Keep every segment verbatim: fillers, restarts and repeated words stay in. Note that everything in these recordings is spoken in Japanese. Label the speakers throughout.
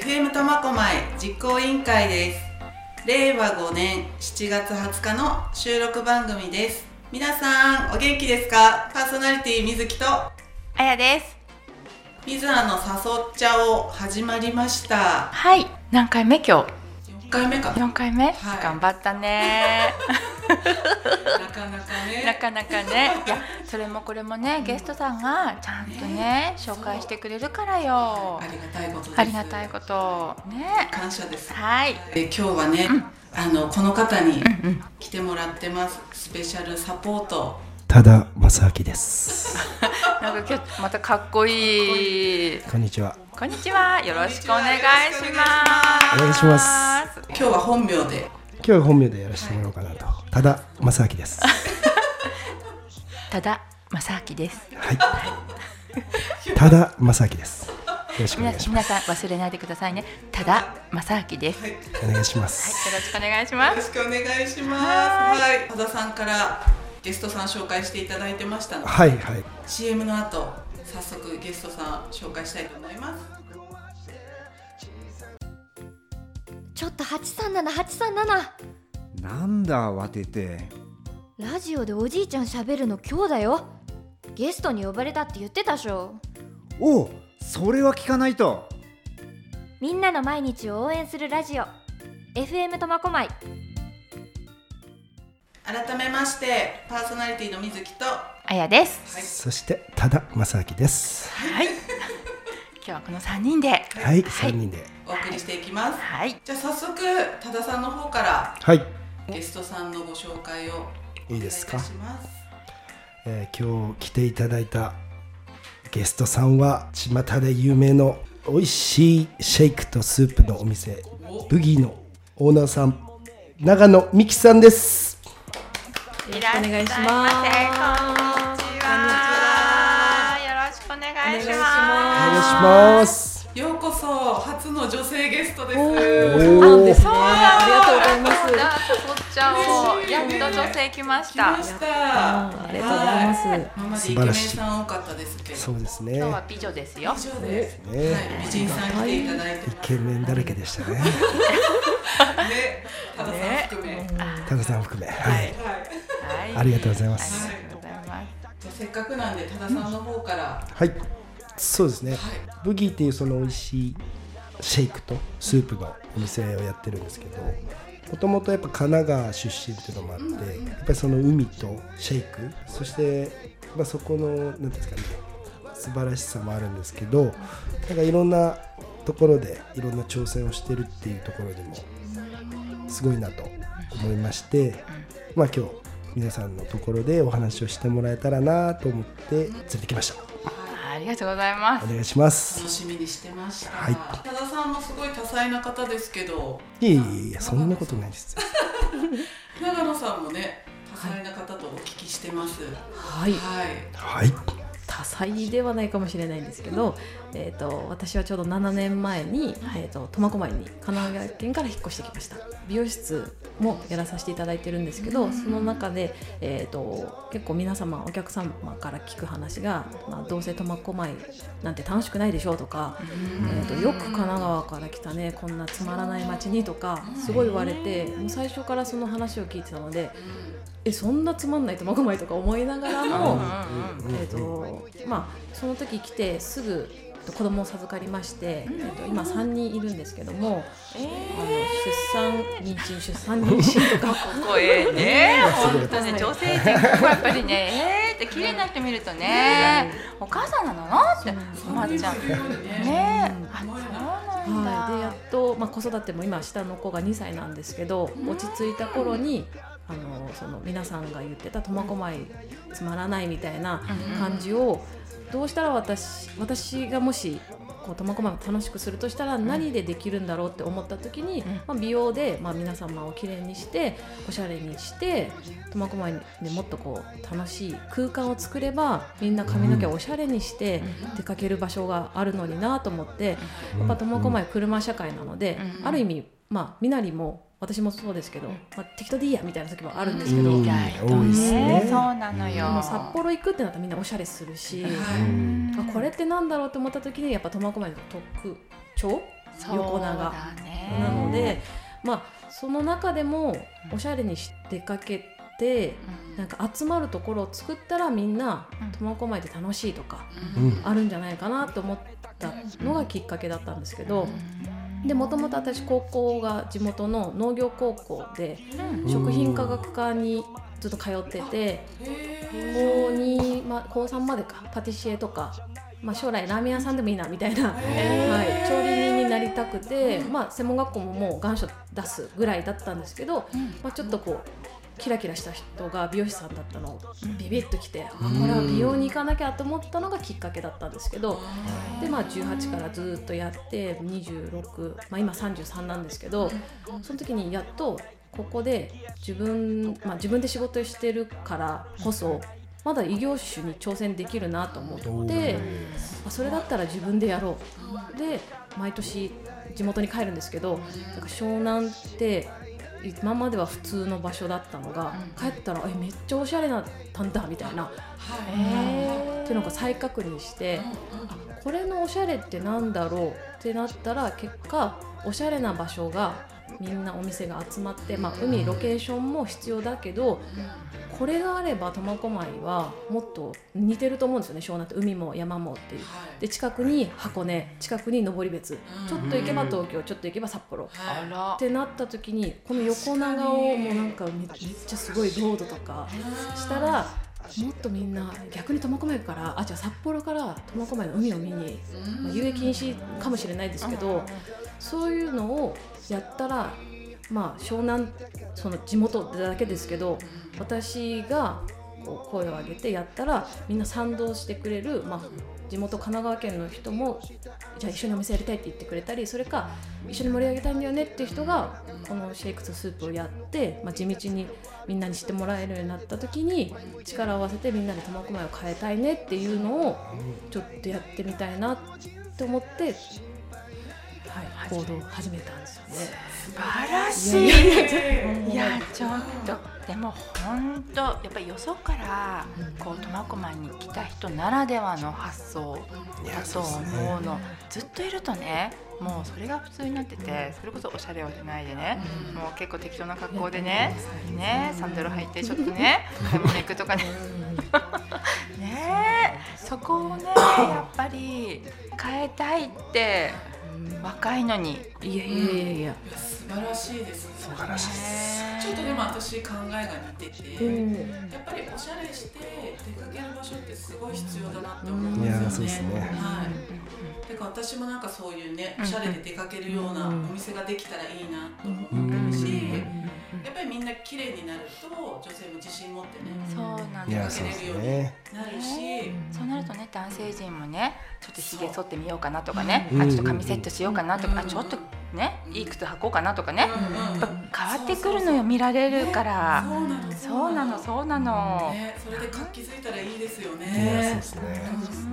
Speaker 1: フエム 苫小牧実行委員会です。れいわごねんしちがつはつかの収録番組です。皆さんお元気ですか？パーソナリティ水木と
Speaker 2: あやです。
Speaker 1: 水菜の誘っちゃお始まりました。
Speaker 2: はい、何回目今日？
Speaker 1: よんかいめかな。
Speaker 2: よんかいめ、はい、頑張ったね
Speaker 1: なかなかね
Speaker 2: なかなかねいや、それもこれもね、ゲストさんがちゃんとね、ね紹介してくれるからよ。
Speaker 1: ありがたいことです。
Speaker 2: ありがたいことね、
Speaker 1: 感謝です。
Speaker 2: はい。
Speaker 1: で今日はね、うん、あのこの方に来てもらってます。スペシャルサポート
Speaker 3: 多田正明です
Speaker 2: なんか今日またかっこいい。
Speaker 3: こんにちは。
Speaker 2: こんにちは。よろしくお願いします。
Speaker 3: お願いします。
Speaker 1: 今日は本名で
Speaker 3: 今日は本名でやらせてもらおうかなと。多田正明です
Speaker 2: 多田正明です。
Speaker 3: はい、多田正明です。よろしくお願いします。
Speaker 2: 皆さん忘れないでくださいね。多田正明です、はい、
Speaker 3: お願いします、
Speaker 2: はい、よろしくお願いします。
Speaker 1: よろしくお願いします。はい、多田さんからゲストさん紹介していただいてましたので、
Speaker 3: はいはい、
Speaker 1: シーエム の後早速ゲストさん紹介したいと思います。
Speaker 4: ちょっとはちさんななはちさんなな、
Speaker 5: なんだ慌てて。
Speaker 4: ラジオでおじいちゃん喋るの今日だよ。ゲストに呼ばれたって言ってたでしょ。
Speaker 5: おう、それは聞かないと。
Speaker 4: みんなの毎日を応援するラジオ エフエム 苫小牧。
Speaker 1: 改めましてパーソナリティの水木と
Speaker 2: あやです、
Speaker 3: はい、そして多田正明です。
Speaker 2: はい今日はこのさんにんで
Speaker 3: はい、はい、さんにんで
Speaker 1: お送りしていきます、
Speaker 2: はい、
Speaker 1: じゃあ早速多田さんの方から
Speaker 3: はい
Speaker 1: ゲストさんのご紹介をお願いいたします。
Speaker 3: いいですか？えー、今日来ていただいたゲストさんは巷で有名の美味しいシェイクとスープのお店ブギーのオーナーさん、長野美希さんです。
Speaker 2: よろしくお願いします。こんにちは。よろしくお願いします。
Speaker 3: お願いします。
Speaker 1: ようこそ初の女性ゲストです。
Speaker 2: おー、ですね。ありがとうございます。そっちゃおやっと女性来ました。
Speaker 1: 来ました。
Speaker 2: ありがとうございます。
Speaker 1: 今までイケメンさん多かったですけど、
Speaker 3: そうですね。
Speaker 2: 今日は美女ですよ。
Speaker 1: 美女ですね。
Speaker 3: ね、
Speaker 1: はい、美人さん来ていただいて、
Speaker 3: イケメンだらけでしたね。
Speaker 1: ね、多田さん含め、
Speaker 3: 多田さん含め、はい、
Speaker 2: はい、
Speaker 3: ありがとうございます。
Speaker 1: ありがとうございます。じゃあせっかくなんで多田さんの方から、
Speaker 3: はい、そうですね。
Speaker 1: はい、
Speaker 3: ブギーっていうその美味しいシェイクとスープのお店をやってるんですけど、もともとやっぱ神奈川出身っていうのもあって、やっぱりその海とシェイク、そしてまあそこのなんていうんですかね、素晴らしさもあるんですけど、なんかいろんなところでいろんな挑戦をしてるっていうところにもすごいなと思いまして、まあ今日皆さんのところでお話をしてもらえたらなと思って連れてきました。
Speaker 2: ありがとうございます。
Speaker 3: お願いします。
Speaker 1: 楽しみにしてました。
Speaker 3: はい、
Speaker 1: 多田さんもすごい多彩な方ですけど、
Speaker 3: いやいやいや、そんなことないです
Speaker 1: 長野さんもね、多彩な方とお聞きしてます。
Speaker 6: はい、
Speaker 3: はい、
Speaker 6: 多彩ではないかもしれないんですけど、えー、と私はちょうどななねんまえに、えー、と苫小牧に神奈川県から引っ越してきました。美容室もやらさせていただいてるんですけど、その中で、えー、と結構皆様お客様から聞く話が、まあ、どうせ苫小牧なんて楽しくないでしょうとか、えー、とよく神奈川から来たね、こんなつまらない街にとかすごい言われて、もう最初からその話を聞いてたので、えそんなつまんない苫小牧とか思いながらも、えーとまあ、その時来てすぐ子供を授かりまして、えー、と今さんにんいるんですけども、えー、あの出産妊娠出産妊娠とか
Speaker 2: かっこいいね。本当ね、女性ってやっぱりね、えーって綺麗な人見るとね、お母さんなのって思っちゃうね。あ、そうなんだ。
Speaker 6: はい、でやっと、まあ、子育ても今下の子がにさいなんですけど、落ち着いた頃にあのその皆さんが言ってた苫小牧つまらないみたいな感じを、どうしたら 私, 私がもし苫小牧を楽しくするとしたら何でできるんだろうって思った時に、まあ、美容で、まあ、皆様をきれいにしておしゃれにして苫小牧でもっとこう楽しい空間を作れば、みんな髪の毛をおしゃれにして出かける場所があるのになと思って、やっぱ苫小牧車社会なので、ある意味、まあ、身なりも私もそうですけど、まあ、適当でいいやみたいな時もあるんですけど、
Speaker 3: うん、
Speaker 2: 意外とね、そうなのよ。
Speaker 6: もう札幌行くってなったらみんなおしゃれするし、あこれってなんだろうと思った時にやっぱ苫小牧の特徴横長なので、まあその中でもおしゃれに出かけて、なんか集まるところを作ったらみんな苫小牧で楽しいとかあるんじゃないかなと思ったのがきっかけだったんですけど、でもともと私高校が地元の農業高校で食品科学科にずっと通ってて、高に、まあ、高さんまでかパティシエとか、まあ、将来ラーメン屋さんでもいいなみたいな、はい、調理人になりたくて、まあ、専門学校ももう願書出すぐらいだったんですけど、まあ、ちょっとこうキラキラした人が美容師さんだったのをビビッときて、あ、これは美容に行かなきゃと思ったのがきっかけだったんですけど、で、まあ、じゅうはちからずっとやってにじゅうろく、まあ、今さんじゅうさんなんですけど、その時にやっとここで自分、まあ、自分で仕事してるからこそまだ異業種に挑戦できるなと思って、それだったら自分でやろうで毎年地元に帰るんですけど、なんか湘南って今までは普通の場所だったのが、帰ったらえめっちゃおしゃれなったんだみたいな、っていうのが再確認して、あ、これのおしゃれってなんだろうってなったら、結果おしゃれな場所がみんなお店が集まって、まあ、海ロケーションも必要だけど、これがあれば苫小牧はもっと似てると思うんですよね。湘南って海も山もっていう、で近くに箱根、近くに登別、ちょっと行けば東京、ちょっと行けば札幌ってなった時に、この横長をもうなんかめっちゃすごいロードとかしたら、もっとみんな逆に苫小牧から、あ、じゃあ札幌から苫小牧の海を見に、まあ、遊泳禁止かもしれないですけど、そういうのをやったら、まあ湘南その地元だけですけど、私がこう声を上げてやったらみんな賛同してくれる、まあ、地元神奈川県の人もじゃあ一緒にお店やりたいって言ってくれたり、それか一緒に盛り上げたいんだよねっていう人がこのシェイクとスープをやって、まあ、地道にみんなに知ってもらえるようになった時に、力を合わせてみんなで苫小牧を変えたいねっていうのをちょっとやってみたいなって思って、はい、行動を始めたんですよね。
Speaker 2: 素晴らしい。いや、ちょっとでも本当やっぱりよそからこう苫小牧に来た人ならではの発想だと思うの。ずっといるとね、もうそれが普通になってて、それこそおしゃれをしないでね、もう結構適当な格好でね、ね、サンダル履いてちょっとね、買い物行くとかね、ね、そこをねやっぱり変えたいって若いのに。
Speaker 6: いやいやいやいや、
Speaker 1: 素晴らしいですね。
Speaker 3: 素晴らしいです。
Speaker 1: ちょっとでも私考えが似てて、
Speaker 6: うん、
Speaker 1: やっぱりおしゃれして出かける場所ってすごい必要だなって思うんですよね。
Speaker 3: いや、そうですね。
Speaker 1: はい。だから私もなんかそういうね、おしゃれで出かけるようなお店ができたらいいなと思ってるし、やっぱりみんな綺麗になると女性も自信持ってね、
Speaker 2: そうなん
Speaker 1: 出かけれるようになるし、
Speaker 2: そうなるとね、男性陣もね、ちょっとひげ剃ってみようかなとかね、あ、ちょっと髪セットしようかなとか、あ、ちょっとね、いい靴履こうかなとかね、やっぱ変わってくるのよ、見られるから。そうなの、そうなの。
Speaker 1: それで活気づいたらいいですよね。
Speaker 3: そうですね。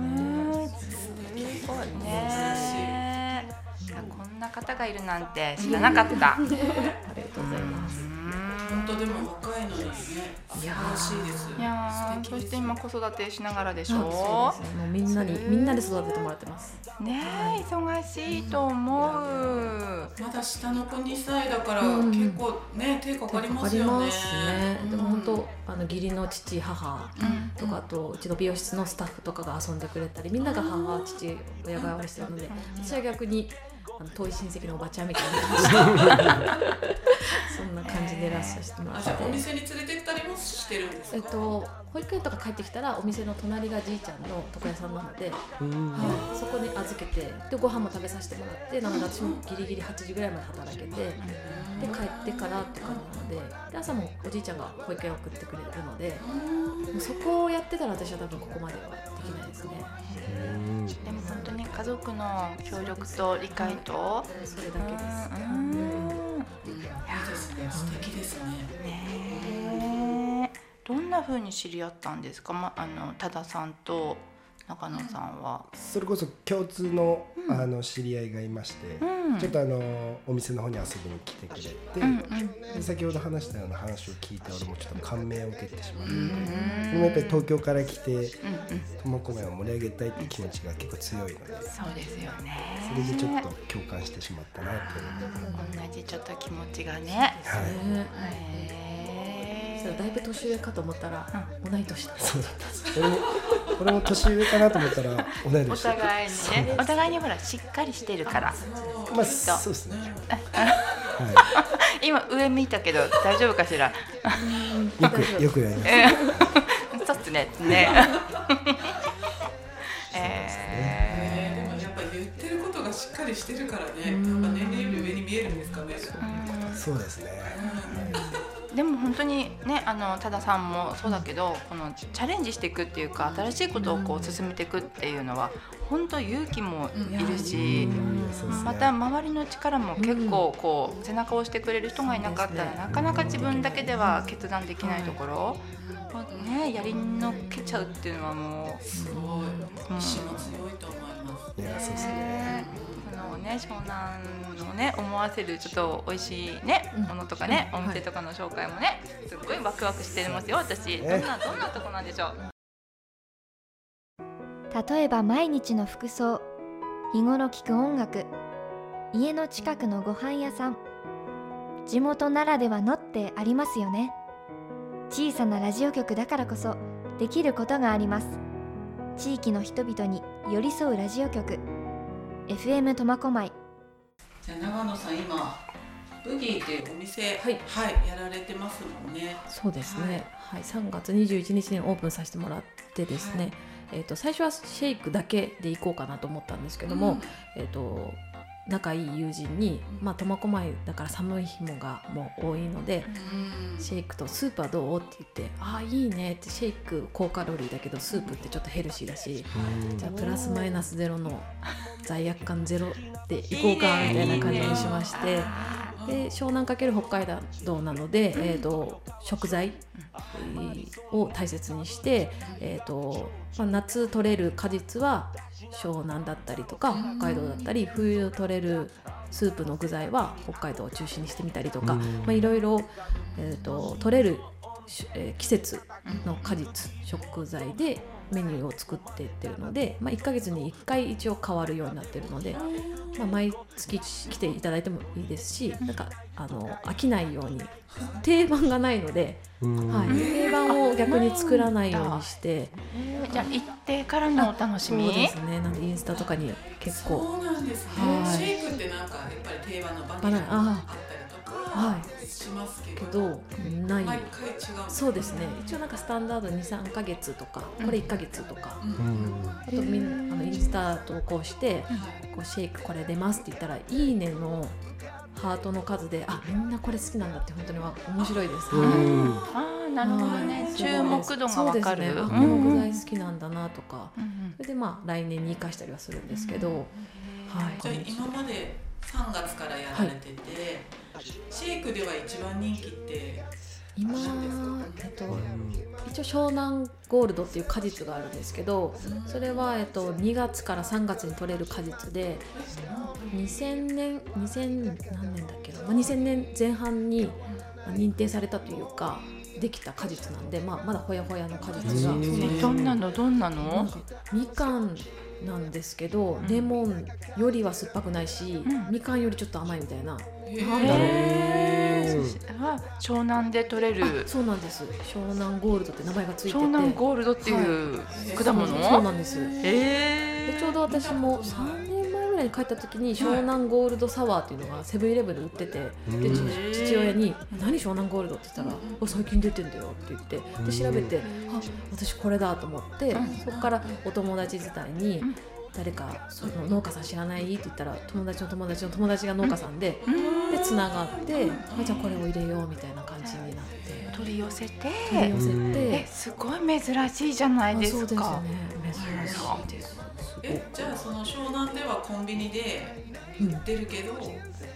Speaker 2: すごいね。こんな方がいるなんて知らなかった。ありがとう
Speaker 6: ございます。
Speaker 1: 本当でも若いのにね、素晴らしいです。
Speaker 2: いや、そして今子育てしながらでしょ。
Speaker 6: そうですね。もうみんなにみんなで育ててもらってます。
Speaker 2: ねえ、忙しいと思う。
Speaker 1: まだ下の子にさいだから結構ね、手かかりますよね。
Speaker 6: でも本当あの義理の父母とか、あとうちの美容室のスタッフとかが遊んでくれたり、みんなが母父親が愛してるので、私は逆にあの遠い親戚のおばちゃんみたいなそんな感じでいらっしゃってもらって、
Speaker 1: お店に連れてったりもしてるんですか？
Speaker 6: えっと、保育園とか帰ってきたらお店の隣がじいちゃんの床屋さんなので、はい、そこに預けて、でご飯も食べさせてもらって、なので私もギリギリはちじぐらいまで働けて、で帰ってからって感じなので、で朝もおじいちゃんが保育園送ってくれるので、もうそこをやってたら私は多分ここまではできないですね。
Speaker 2: でも本当に家族の協力と理解と
Speaker 6: それだけです。
Speaker 2: うんうん、
Speaker 1: いやですね、素敵ですね。
Speaker 2: ねえ、どんな風に知り合ったんですか？ま、あの多田さんと中野さんは。
Speaker 3: それこそ共通の、
Speaker 2: うん、
Speaker 3: あの知り合いがいまして、
Speaker 2: うん、
Speaker 3: ちょっとあのお店の方に遊びに来てくれて、
Speaker 2: うんうん、
Speaker 3: で先ほど話したような話を聞いて俺もちょっと感銘を受けてしまって、
Speaker 2: うん、
Speaker 3: でもやっぱり東京から来て
Speaker 2: 苫
Speaker 3: 小牧を盛り上げたいって気持ちが結構強いので、
Speaker 2: そうですよね。
Speaker 3: それでちょっと共感してしまったなっていう、
Speaker 2: 同じちょっと気持ちがね。
Speaker 3: はい
Speaker 6: だいぶ年上かと思ったら、うん、同い年だ。
Speaker 3: そうだったんです。俺も俺も年上かなと思ったら同い年。
Speaker 2: お互いにね、お互いにほらしっかりしてるから。
Speaker 3: まあそうですね。
Speaker 2: はい、今上見たけど大丈夫かしら。
Speaker 3: よくよくやります。
Speaker 2: そうですね。ね。
Speaker 1: えー、でもやっぱり言ってることがしっかりしてるからね。やっぱ年齢より上に見えるんですかね。
Speaker 3: そうですね。
Speaker 2: でも本当にね、あの多田さんもそうだけど、このチャレンジしていくっていうか、新しいことをこう進めていくっていうのは本当勇気もいるし、また周りの力も結構こう背中を押してくれる人がいなかったら、なかなか自分だけでは決断できないところをね、やりのけちゃうっていうのはもう
Speaker 1: すごい、意志も強いと思います。
Speaker 3: いや、そうですね。
Speaker 2: このね、湘南のね、思わせるちょっと美味しいね、ものとかね、お店とかの紹介もね、すっごいワクワクしてますよ、私。どんなどんなとこなんでしょう。
Speaker 4: 例えば毎日の服装、日頃聴く音楽、家の近くのご飯屋さん、地元ならではのってありますよね。小さなラジオ局だからこそできることがあります。地域の人々に寄り添うラジオ局 エフエム 苫小牧。
Speaker 1: じゃあ長野さん、今ブギーっていうお店、はい、はい、やられてますもんね。
Speaker 6: そうですね、はいはい、さんがつにじゅういちにちにオープンさせてもらってですね、はい、えー、と最初はシェイクだけで行こうかなと思ったんですけども、うん、えーと仲いい友人に、まあ、苫小牧だから寒い日もがもう多いので、うん、シェイクとスープはどうって言って、ああいいねって、シェイク高カロリーだけどスープってちょっとヘルシーだし、うん、じゃあプラスマイナスゼロの罪悪感ゼロでいこうかみたいな感じにしまして、で湘南×北海道なので、えー、と食材を大切にして、えーとまあ、夏取れる果実は湘南だったりとか北海道だったり、冬取れるスープの具材は北海道を中心にしてみたりとか、まあ、いろいろ、えーと取れる、えー、季節の果実食材でメニューを作っていってるので、まあ、いっかげつにいっかい一応変わるようになってるので、まあ、毎月来ていただいてもいいですし、なんかあの飽きないように定番がないので、はい、定番を逆に作らないようにして、
Speaker 2: じゃあ行ってからのお楽しみ。
Speaker 6: そうですね、なんでインスタとかに結構。
Speaker 1: そうなんですね、はい、シェイクってなんかやっぱり定番のバナナがあったりとか、はい、しますけど、
Speaker 6: けどない。
Speaker 1: 毎回違う。
Speaker 6: そうですね、一応なんかスタンダード にさんかげつとか、これいっかげつとか、うん、あとみんあのインスタ投稿して、うん、こうシェイクこれ出ますって言ったら、いいねのハートの数で、あ、みんなこれ好きなんだって本当には面白いです。うん、
Speaker 2: あ、なるほどね、注目度が分かる。
Speaker 6: そうですね、この具材好きなんだなとか、うん、それでまあ来年に生かしたりはするんですけど、うん、はい。
Speaker 1: じゃあ今までさんがつからやられてて、はい、シェイクでは一番人気って
Speaker 6: 今、えっと、一応湘南ゴールドっていう果実があるんですけど、それは、えっと、にがつからさんがつに取れる果実で、にせんねん、にせん何年だっけな、まあ、にせんねんぜん半に認定されたというかできた果実なんで、まあ、まだほやほやの果実が。
Speaker 2: どんなのどんなの？
Speaker 6: なんかみかんなんですけど、レモンよりは酸っぱくないし、うん、みかんよりちょっと甘いみたいな。なんだろう、
Speaker 2: 湘南で取れる。
Speaker 6: そうなんです、湘南ゴールドって名前がついてて、
Speaker 2: 湘南ゴールドっていう、はい、果物。
Speaker 6: そうなんです。
Speaker 2: へ
Speaker 6: でちょうど私もさんねんまえぐらいに帰った時に湘南ゴールドサワーっていうのがセブンイレブンで売ってて、で父親に何湘南ゴールドって言ったら、うん、最近出てんだよって言って、で調べて、あ、私これだと思って、うん、そこからお友達自体に、うん、誰かその農家さん知らないって言ったら、友達の友達の友達が農家さんで、うん、でつながって、あ、じゃあこれを入れようみたいな感じになって、
Speaker 2: 取り寄せて
Speaker 6: 取り寄せて、
Speaker 2: え、すごい珍しいじゃないですか。
Speaker 6: そうですよね、珍しいです。
Speaker 1: え、じゃあその湘南ではコンビニで売ってるけど、うん、こ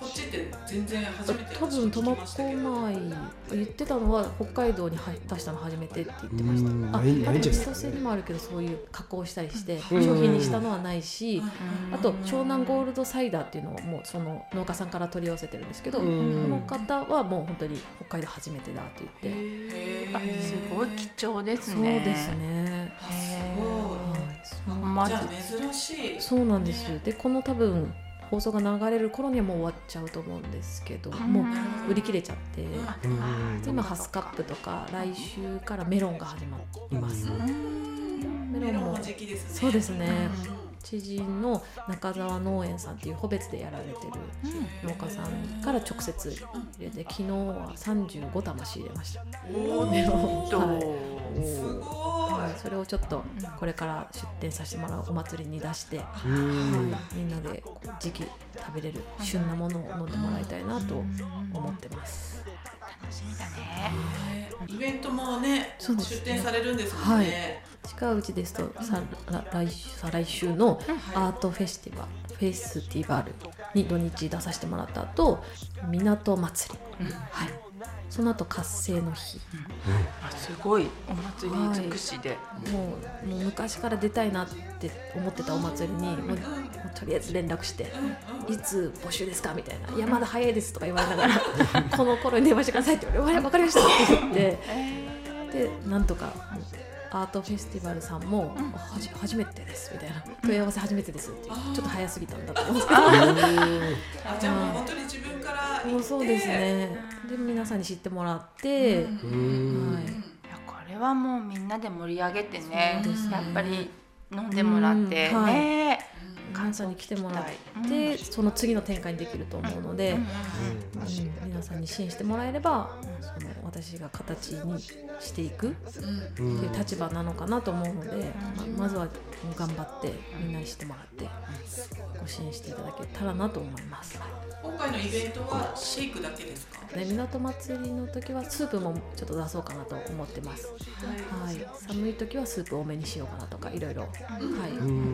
Speaker 1: こっちって全然初めて
Speaker 6: 多分苫小牧言ってたのは北海道に出したの初めてって言ってました。あ、あと
Speaker 3: ないんじゃないですかね
Speaker 6: 水戸製にもあるけどそういう加工したりして
Speaker 3: うん
Speaker 6: 商品にしたのはないし、
Speaker 1: うん
Speaker 6: あと湘南ゴールドサイダーっていうのをもうその農家さんから取り寄せてるんですけど、こ
Speaker 3: うん
Speaker 6: の方はもう本当に北海道初めてだって言って、
Speaker 1: へ
Speaker 2: あ
Speaker 1: ー
Speaker 2: すごい貴重です
Speaker 6: そう
Speaker 2: ね。
Speaker 6: ですね。
Speaker 1: あすごい
Speaker 6: はい
Speaker 2: まず
Speaker 1: じゃあ珍しい。
Speaker 6: そうなんですよ。
Speaker 1: ね
Speaker 6: でこの多分放送が流れる頃にはもう終わっちゃうと思うんですけど、もう売り切れちゃって、
Speaker 3: うん
Speaker 6: で今ハスカップとか来週からメロンが始まります。メロンも
Speaker 1: メロンの時期ですね。
Speaker 6: そうですね。知人の中沢農園さんっていう穂別でやられてる農家さんから直接入れて、昨日はさんじゅうごたま仕入れました。
Speaker 1: おー
Speaker 6: メロン、
Speaker 2: と、
Speaker 6: はい
Speaker 1: すごい。
Speaker 6: はい、それをちょっとこれから出店させてもらうお祭りに出して、
Speaker 3: うん
Speaker 6: はい、みんなでこう時期食べれる旬なものを飲んでもらいたいなと思ってます。
Speaker 2: 楽しみだね。
Speaker 1: イベントもね
Speaker 6: そうですね
Speaker 1: 出店されるんですもんね。
Speaker 6: 近いうちですとさら来週再来週のアートフェスティバル、フェスティバルに土日出させてもらった後、港祭り、はい、その後活性の日、
Speaker 2: あすごいお祭り尽くしで、
Speaker 6: もうもう昔から出たいなって思ってたお祭りにもうもうとりあえず連絡して、いつ募集ですかみたいな、いやまだ早いですとか言われながらこの頃に電話してくださいって言われて、分かりましたって言ってでなんとかアートフェスティバルさんも、はじ初めてですみたいな、問い合わせ初めてですって言って、ちょっと早すぎたんだと思うんですけど、
Speaker 1: あじゃあもう本当に自分から言って。
Speaker 6: もうそうですね。で皆さんに知ってもらって、
Speaker 3: うん
Speaker 6: はい
Speaker 2: いやこれはもうみんなで盛り上げてね、
Speaker 6: そうですね
Speaker 2: やっぱり飲んでもらって、
Speaker 6: うんはい
Speaker 2: ね、
Speaker 6: 関西に来てもらっ
Speaker 2: うん
Speaker 6: て、その次の展開にできると思うので、
Speaker 2: うん
Speaker 6: うん皆さんに支援してもらえれば、その私が形にしていくっていう立場なのかなと思うので、ま, まずは頑張ってみんなに知ってもらってご支援していただけたらなと思います。
Speaker 1: 今回のイベントはシェイクだけですか？
Speaker 6: ね、港祭りの時はスープもちょっと出そうかなと思ってます。はい、寒い時はスープ多めにしようかなとかいろいろ。はい、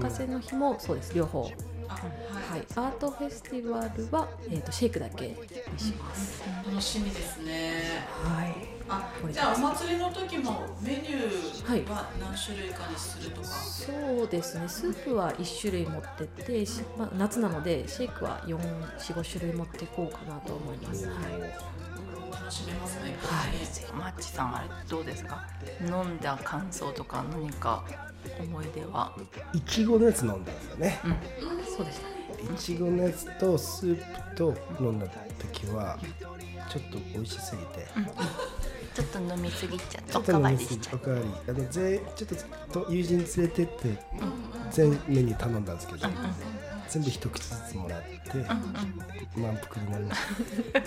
Speaker 6: 風の日もそうです両方。
Speaker 1: あは
Speaker 6: はいい、アートフェスティバルは、えー、とシェイクだけにします。
Speaker 1: 楽しみですね。
Speaker 6: はい。
Speaker 1: あ
Speaker 6: これ
Speaker 1: じゃあお祭りの時もメニューは何種類かにするとか。
Speaker 6: そうですね。スープはいち種類持ってって、しまあ、夏なのでシェイクはよん、よん、ご種類持っていこうかなと思います。はい。
Speaker 1: 楽しめますね。
Speaker 2: はい、マッチさんあれどうですか？飲んだ感想とか何か思い出は？
Speaker 3: いちごのやつ飲んだんですよね。
Speaker 6: そうでしたね。
Speaker 3: いちごのやつとスープと飲んだ時はちょっと美味しすぎて、
Speaker 2: ちょっと飲みすぎちゃっ
Speaker 3: ち
Speaker 2: た、おかわ
Speaker 3: ょっと飲み
Speaker 2: りしちゃっ
Speaker 3: すぎおかわりあのぜちょっとと友人連れてって全メニュー頼んだんですけど、全部一口ずつもらって満腹になりました。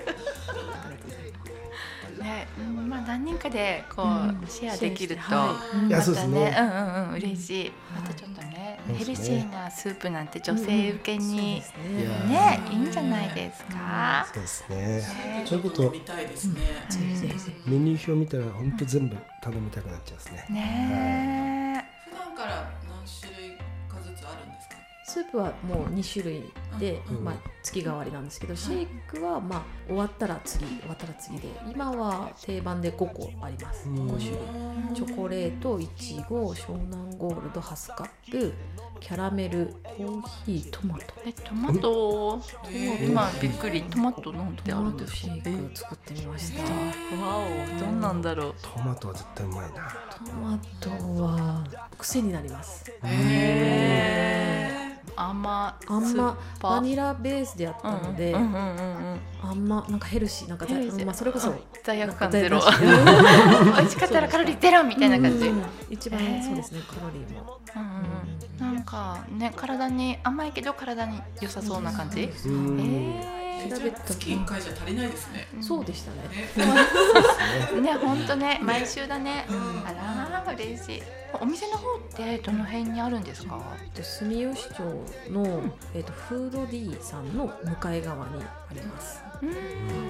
Speaker 2: たね、うんまあ何人かでこう、
Speaker 6: うん
Speaker 2: シェアできると、
Speaker 6: はい
Speaker 3: いや
Speaker 2: また
Speaker 3: そうですね
Speaker 2: ね、うんうんうん嬉しい。またちょっとね、
Speaker 3: そうですね
Speaker 2: ヘルシーなスープなんて女性受けに、
Speaker 6: そうですね。
Speaker 2: ねいいんじゃないですか？
Speaker 3: そうですね。
Speaker 1: ちょっと見たいですね。
Speaker 6: ぜひぜひぜひ。
Speaker 3: メニュー表見たら本当全部頼みたくなっちゃうんですね。
Speaker 2: ね
Speaker 1: 普段から何種類かずつあるんですか？
Speaker 6: スープはもうに種類で、
Speaker 3: うん
Speaker 6: まあ、月替わりなんですけど、シェイクはまあ終わったら次終わったら次で、今は定番でごこあります。
Speaker 3: うん
Speaker 6: ご種類。チョコレート、いちご、湘南ゴールド、ハスカップ、キャラメル、コーヒー、トマト。
Speaker 2: えトマト、今びっくりトマト飲んで
Speaker 6: トマ
Speaker 2: あるんです
Speaker 6: トシェイク作ってみました。
Speaker 2: わお、どんなんだろう。
Speaker 3: トマトは絶対うまいな。
Speaker 6: トマトは癖になります。
Speaker 2: へー甘
Speaker 6: あんま
Speaker 2: 酸っぱ
Speaker 6: バニラベースでやったので、
Speaker 2: うんうんうんうん
Speaker 6: あんまなんかヘルシーなんかざ
Speaker 2: ヘルシー
Speaker 6: まあ、それこそ
Speaker 2: 罪悪感ゼロ。
Speaker 6: なんか罪悪感
Speaker 2: 美味しかったらカロリーゼロみたいな感じ。
Speaker 6: う
Speaker 2: うんん
Speaker 6: 一番
Speaker 2: へー
Speaker 6: そうですね、カロリーも。
Speaker 2: うんうん。なんかね体に甘いけど体に良さそうな感じ。
Speaker 3: うん
Speaker 2: え
Speaker 1: じゃあ月いっかいじゃ足りないですね。
Speaker 6: そうでしたね。
Speaker 1: ね
Speaker 2: ー、ね本当ね毎週だね。あらー嬉しい。お店の方ってどの辺にあるんですか？
Speaker 6: で住吉町の、えー、とフード D さんの向かい側にあります。
Speaker 2: うん。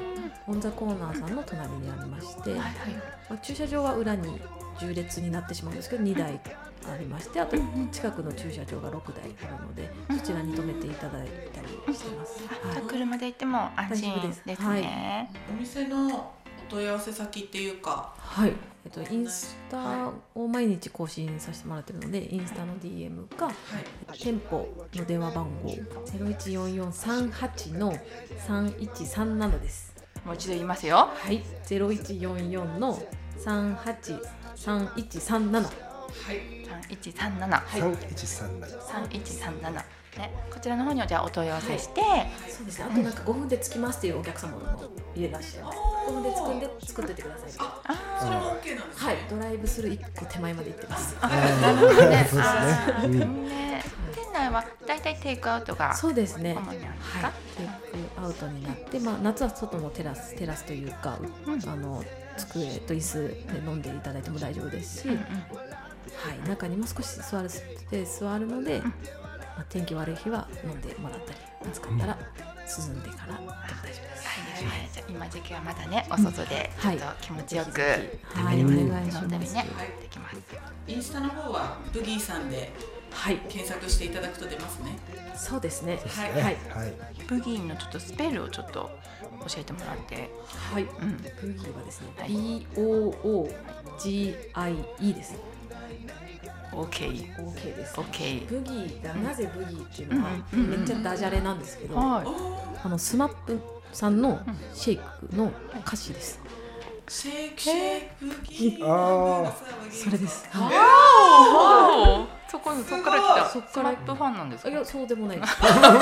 Speaker 6: オンザコーナーさんの隣にありまして、
Speaker 2: はいはい
Speaker 6: まあ、駐車場は裏に縦列になってしまうんですけどにだいありまして、あと近くの駐車場がろくだいあるので、そちらに止めていただいたりしてます。はい、
Speaker 2: 車で行っても安心ですね。
Speaker 6: はい、
Speaker 1: お店のお問い合わせ先っていうか、
Speaker 6: はい、えっと、インスタを毎日更新させてもらってるので、インスタの ディーエム か、
Speaker 1: はい、
Speaker 6: 店舗の電話番号ゼロいちよんよんさんはちのさんいちさんななです。
Speaker 2: もう一度言いますよ。
Speaker 6: はい、ゼロいちよんよんのさんはちさんいちさんなな。
Speaker 1: はい、
Speaker 2: さんいちさんなな、
Speaker 3: さんいちさんなな、
Speaker 2: さんいちさんなな、ね、こちらの方にはじゃあお問い合わせして、はい、
Speaker 6: そうですね。あとなんかごふんで着きますっていうお客様も入れ出してます。ごふんで着くんで作ってってください。
Speaker 1: あ、それも OK なんですね。
Speaker 6: はい、ドライブスルーいっこ手前まで行ってます。
Speaker 2: あ、なるほどね。
Speaker 3: そうですね
Speaker 2: あー
Speaker 3: うん
Speaker 2: ね、店内はだいたいテイクアウトが
Speaker 6: そうですね。
Speaker 2: 主になんですか？
Speaker 6: はい、テイクアウトになって、まあ、夏は外のテラステラスというか、
Speaker 2: うん
Speaker 6: あの机と椅子で飲んでいただいても大丈夫ですし、
Speaker 2: うんうん
Speaker 6: はい、中にも少し座るスペースはあるので、まあ、天気悪い日は飲んでもらったり、暑かったら涼んでからでも大丈夫です。
Speaker 2: はいはい、じゃあ今時期はまだね、お外でちょっと気持ちよく
Speaker 6: はい、お願いします。
Speaker 2: 飲んだりね、できます。
Speaker 1: インスタの方はブギーさんで
Speaker 6: はい、
Speaker 1: 検索していただくと出ますね。
Speaker 6: そうですね。
Speaker 1: はい
Speaker 6: はい、
Speaker 3: はい、
Speaker 2: ブギーのちょっとスペルをちょっと教えてもらって。
Speaker 6: はい、
Speaker 2: うん
Speaker 6: ブギーはですね、
Speaker 2: はい
Speaker 6: ビーオーオージーアイイー です。
Speaker 2: オーケー、
Speaker 6: オーケーです。
Speaker 2: オーケー。
Speaker 6: ブギーがなぜブギーっていうのは
Speaker 2: うんうんうん
Speaker 6: めっちゃダジャレなんですけど、
Speaker 2: はい。
Speaker 6: あのスマップさんのシェイクの歌詞です。
Speaker 1: シェイクシェイクブギー。
Speaker 3: あー
Speaker 6: それです。
Speaker 1: えー
Speaker 2: わお、そこそこから来た。
Speaker 6: そっから
Speaker 2: スマップファンなんですか？
Speaker 6: いや、そうでもないです。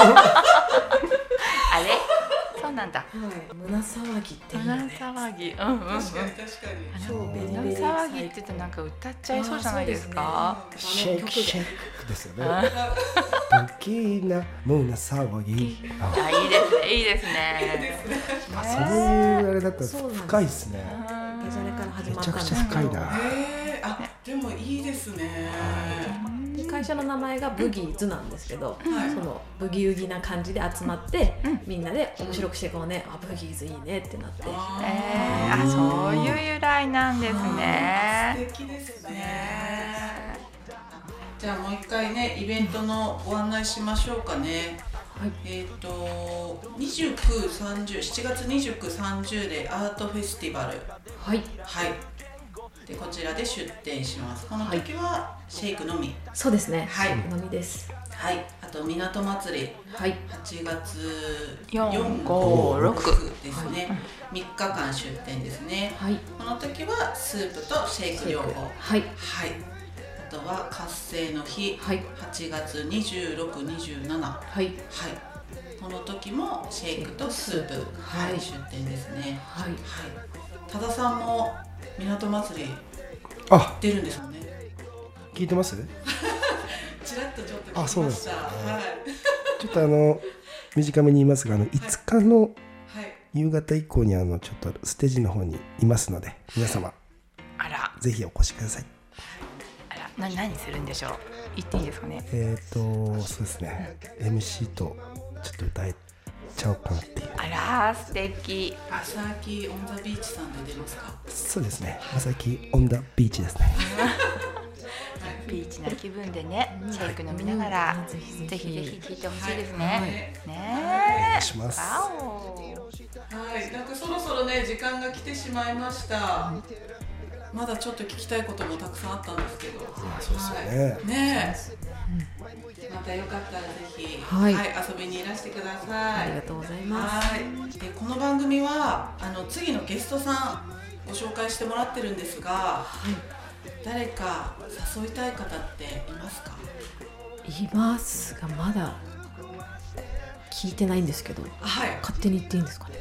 Speaker 2: あれ？そうなんだ。
Speaker 6: はい、胸騒ぎっていいよ
Speaker 2: 胸
Speaker 6: ね。
Speaker 2: 騒ぎ、うんうんうん。
Speaker 1: 確かに確かに。
Speaker 6: 超ベリベ
Speaker 2: 胸
Speaker 6: リ
Speaker 2: 騒ぎって言ってなんか歌っちゃいそうじゃないですか？
Speaker 3: シェイクシェイクですよね。
Speaker 2: あ
Speaker 3: 大きな胸騒ぎ。あ、
Speaker 2: あ、いいですね、いいですね。
Speaker 3: あそういうあれだったら
Speaker 6: そうなんです
Speaker 3: 深いですね。
Speaker 6: ダジャレから始
Speaker 3: めちゃくちゃ
Speaker 6: まったんですけど、
Speaker 3: 深いな。
Speaker 1: えー、あ、でもいいですね。
Speaker 6: で会社の名前がブギーズなんですけど、
Speaker 1: はい
Speaker 6: そのブギウギな感じで集まって、みんなで面白くしていこうね、あ、ブギーズいいねってなって、
Speaker 2: えー、あ、そういう由来なんですね。
Speaker 1: 素敵ですね。じゃあもう一回ね、イベントのご案内しましょうかね。
Speaker 6: はい
Speaker 1: えっ、とにじゅうく、さんじゅう、しちがつにじゅうく、さんじゅうでアートフェスティバル、
Speaker 6: はい、
Speaker 1: はい。でこちらで出店します。この時はシェイクのみ。
Speaker 6: そうですね。
Speaker 1: はい
Speaker 6: のみです。
Speaker 1: はい。あと港祭り
Speaker 6: はい、
Speaker 1: はちがつ
Speaker 2: よん、
Speaker 1: よん、
Speaker 2: ご、
Speaker 1: ご、
Speaker 2: ろく
Speaker 1: ろくですね。みっかかん出店ですね。
Speaker 6: はい、
Speaker 1: この時はスープとシェイク両方。
Speaker 6: はい、
Speaker 1: はい。あとは活性の日、
Speaker 6: はい、
Speaker 1: はちがつにじゅうろく、にじゅうしち、はい。
Speaker 6: はい、
Speaker 1: この時もシェイクとスープ、は、
Speaker 6: はいい
Speaker 1: 出店ですね。
Speaker 6: はい。
Speaker 1: はい。多田さんも港祭り
Speaker 3: あ、
Speaker 1: 出るんですもんね。
Speaker 3: 聞いてます？
Speaker 1: ちらっとちょっと聞きました。
Speaker 3: あそうなんですね
Speaker 1: はい。
Speaker 3: ちょっとあの短めに言いますが、あのいつかの
Speaker 1: はい。
Speaker 3: 夕方以降にあのちょっとステージの方にいますので、皆様
Speaker 2: あら、
Speaker 3: ぜひお越しください。
Speaker 2: あら、な、何するんでしょう。言っていいですかね。
Speaker 3: えっ、ー、とそうですね、エムシー とちょっと歌えちゃおうかなっていう。
Speaker 2: あら、素敵。
Speaker 1: 朝焼オンザビーチさんで出ますか。
Speaker 3: そうですね、まさきオンダビーチですね。
Speaker 2: ビーチな気分でね、シェイク飲みながら、
Speaker 6: ぜひぜひ
Speaker 2: ぜひぜひ聞いてほしいです
Speaker 1: はい
Speaker 2: ね。
Speaker 3: お
Speaker 2: ね
Speaker 3: 願いします。
Speaker 2: わお。
Speaker 1: はい。なんかそろそろね時間が来てしまいました。まだちょっと聞きたいこともたくさんあったんですけど。
Speaker 3: そうですよ
Speaker 1: はい
Speaker 3: ね。
Speaker 1: ねえ。またよかったらぜひ、
Speaker 6: は
Speaker 1: はいい、遊びにいらしてください。
Speaker 6: ありがとうございます。
Speaker 1: はい。でこの番組はあの次のゲストさんご紹介してもらってるんですが、誰か誘いたい方っていますか？
Speaker 6: いますがまだ聞いてないんですけど、
Speaker 1: はい。
Speaker 6: 勝手に言っていいんですかね。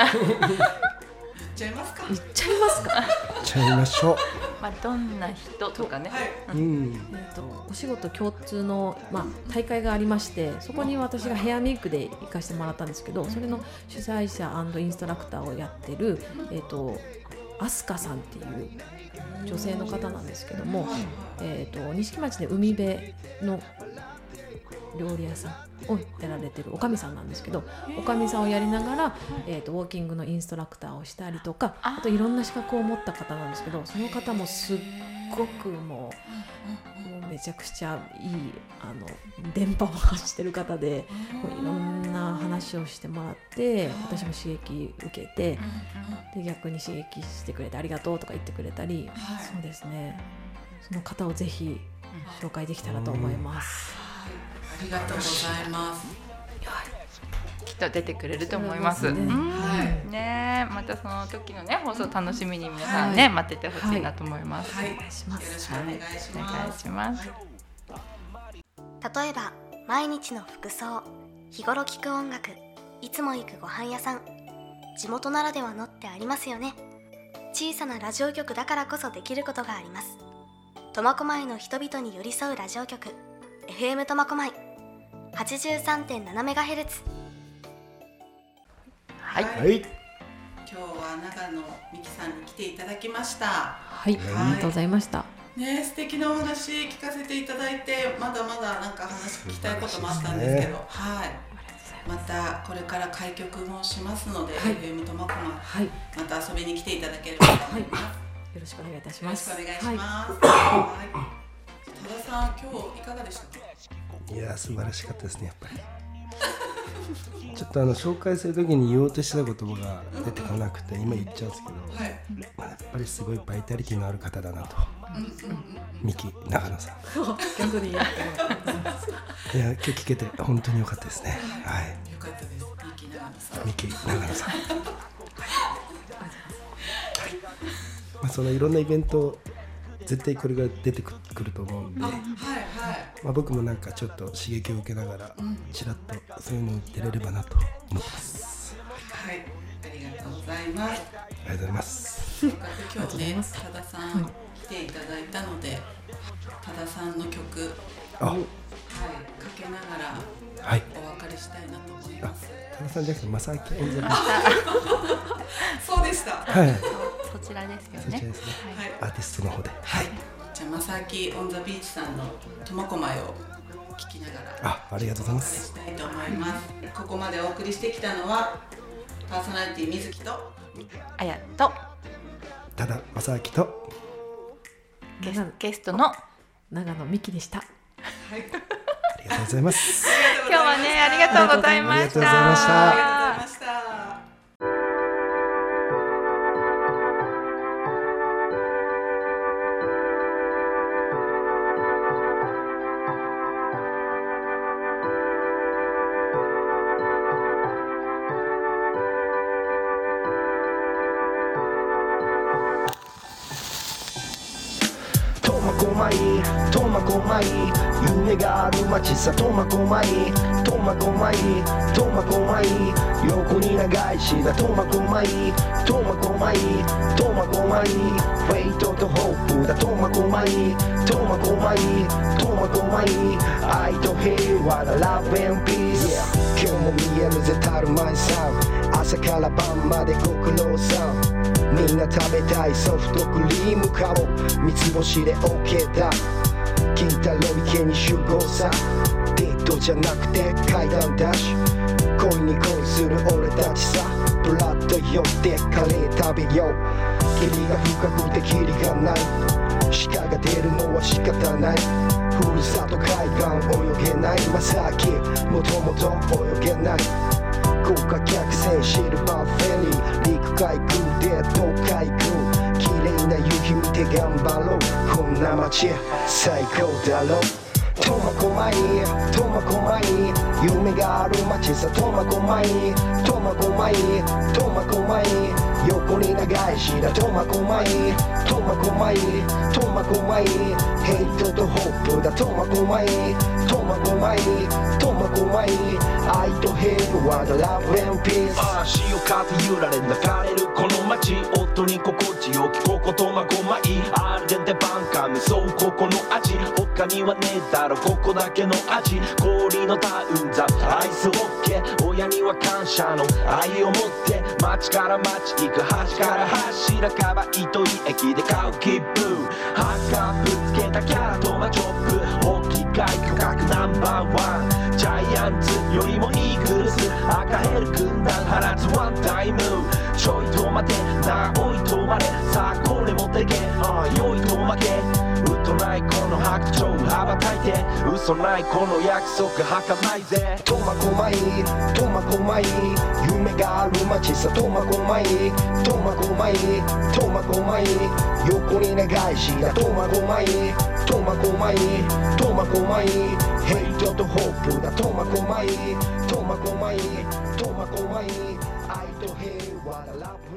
Speaker 1: 言っちゃいますか？
Speaker 6: 言っちゃいますか。
Speaker 3: ちゃいましょ
Speaker 2: まあ、どんな人とかね。
Speaker 1: はい。
Speaker 3: う。うん。
Speaker 6: えっとお仕事共通の、まあ、大会がありまして、そこに私がヘアメイクで行かせてもらったんですけど、それの主催者&インストラクターをやってる、えっとアスカさんっていう女性の方なんですけども、えっと錦町で海辺の料理屋さんをやられてるおかみさんなんですけど、おかみさんをやりながら、えーとウォーキングのインストラクターをしたりとか、あといろんな資格を持った方なんですけど、その方もすっごくもう、もうめちゃくちゃいいあの電波を発してる方で、もういろんな話をしてもらって、私も刺激受けて、で逆に刺激してくれてありがとうとか言ってくれたり、そうですね、その方をぜひ紹介できたらと思います。
Speaker 1: ありがとうございます。
Speaker 2: きっと出てくれると思います。
Speaker 6: ね、
Speaker 2: はい、ね、またその時のね放送楽しみに皆さんね、はい、待っててほしいなと思います。
Speaker 1: はい、はい、よろしくお願いします。はい、
Speaker 2: お願いします。
Speaker 7: 例えば毎日の服装、日頃聴く音楽、いつも行くご飯屋さん、地元ならではのってありますよね。小さなラジオ局だからこそできることがあります。苫小牧の人々に寄り添うラジオ局 エフエム 苫小牧 はちじゅうさんてんななメガヘルツ。
Speaker 2: はい、
Speaker 1: はい、今日は長野美希さんに来ていただきました。
Speaker 6: はい、ありがとうございました。
Speaker 1: ね、素敵なお話聞かせていただいて、まだまだなんか話聞きたいこともあったんですけど、はい、またこれから開局もしますので、はい、エフエム 苫小牧、はい、また遊びに来ていただければと思います。はい、
Speaker 6: よろしくお願いいたします。
Speaker 1: よろしくお願いします。はい、多田さん、今日いかがでしたか？
Speaker 3: いや、素晴らしかったですね、やっぱり。ちょっとあの紹介するときに言おうとした言葉が出てこなくて今言っちゃうんですけど、はい、まあ、やっぱりすごいバイタリティのある方だなと、三木長野さん。
Speaker 6: 逆にやって
Speaker 3: いや、今日聞けて本当に良かったですね。はい。
Speaker 1: 良かったです。三木長野さん。
Speaker 3: 三木長野さん。はい。まあそのいろんなイベント絶対これが出てくると思うんで、はいはい、まあ、僕もなんかちょっと刺激を受けながらちらっとそういうのに出れればなと思ってます。
Speaker 1: はい、ありがとうございます。
Speaker 3: ありがとうございます。
Speaker 1: 今日ね、多田さん来ていただいたので、多田さんの曲、あ、はい、かけながら、はい、お別れしたいなと思います。
Speaker 3: 多田さんじゃなくて正明オンザビーチ。
Speaker 1: そうでした。
Speaker 3: はい。
Speaker 2: そちらですよね。
Speaker 3: そちらですね。はい、アーティストの方で。はい。
Speaker 1: じゃあ正明オンザビーチさんの苫小牧を聞きながら、
Speaker 3: あ、ありがとうございます。
Speaker 1: したいと思います。ここまでお送りしてきたのはパーソナリティ水木と
Speaker 2: あやと
Speaker 3: 多田正明と
Speaker 2: ゲス、ゲストの
Speaker 6: 長野美希でした。はい。
Speaker 3: ありがとうございます。
Speaker 2: 今日はね、ありがとうございました。
Speaker 3: ありがとうございました。
Speaker 1: ありがとうございました。
Speaker 8: 苫小牧、夢がある街さ苫小牧、苫小牧、苫小牧、横に長いしだ苫小牧、苫小牧、苫小牧、フェイトとホープだ苫小牧、苫小牧、苫小牧、愛と平和だラブエンピース、今日も見えるぜたるまいさん、朝から晩までご苦労さん、みんな食べたいソフトクリームかも三つ星で OK だ、金太郎池に集合さ、デートじゃなくて階段ダッシュ、恋に恋する俺たちさ、ブラッド寄ってカレー食べよう、霧が深くて霧がない、鹿が出るのは仕方ない、ふるさと海岸泳げない、正明もともと泳げない、豪華客船シルバーフェリー、陸海空で東海空、綺麗な夕日見て頑張ろう、こんな街最高だろう、苫小牧、苫小牧、夢がある街さ苫小牧、苫小牧、苫小牧、横に長いしだ苫小牧、苫小牧、苫小牧、ヘイトとホープだ苫小牧、苫小牧、苫小牧、愛と平和だラブエンピース、
Speaker 9: 潮風揺られ流れるこの街、夫に心地よきここ苫小牧、アルデンテバンカムそうここの味、他にはねえだろここだけの味、氷のタウンザアイスホッケー、親には感謝の愛を持って街から街行く、端から端半ば糸井駅で買う切符、ハッカーぶつけたキャラとマチョップ、大きい巨額ナンバーワン、 おい止まれさあこれ持ってけああ良いと負けうとないこの白鳥羽ばたいて嘘ないこの約束儚いぜ
Speaker 8: 苫小牧苫小牧夢がある街さ苫小牧苫小牧苫小牧横に長いしな苫小牧苫小牧苫小牧ヘイトとホープだ苫小牧苫小牧苫小牧愛と平和だラブ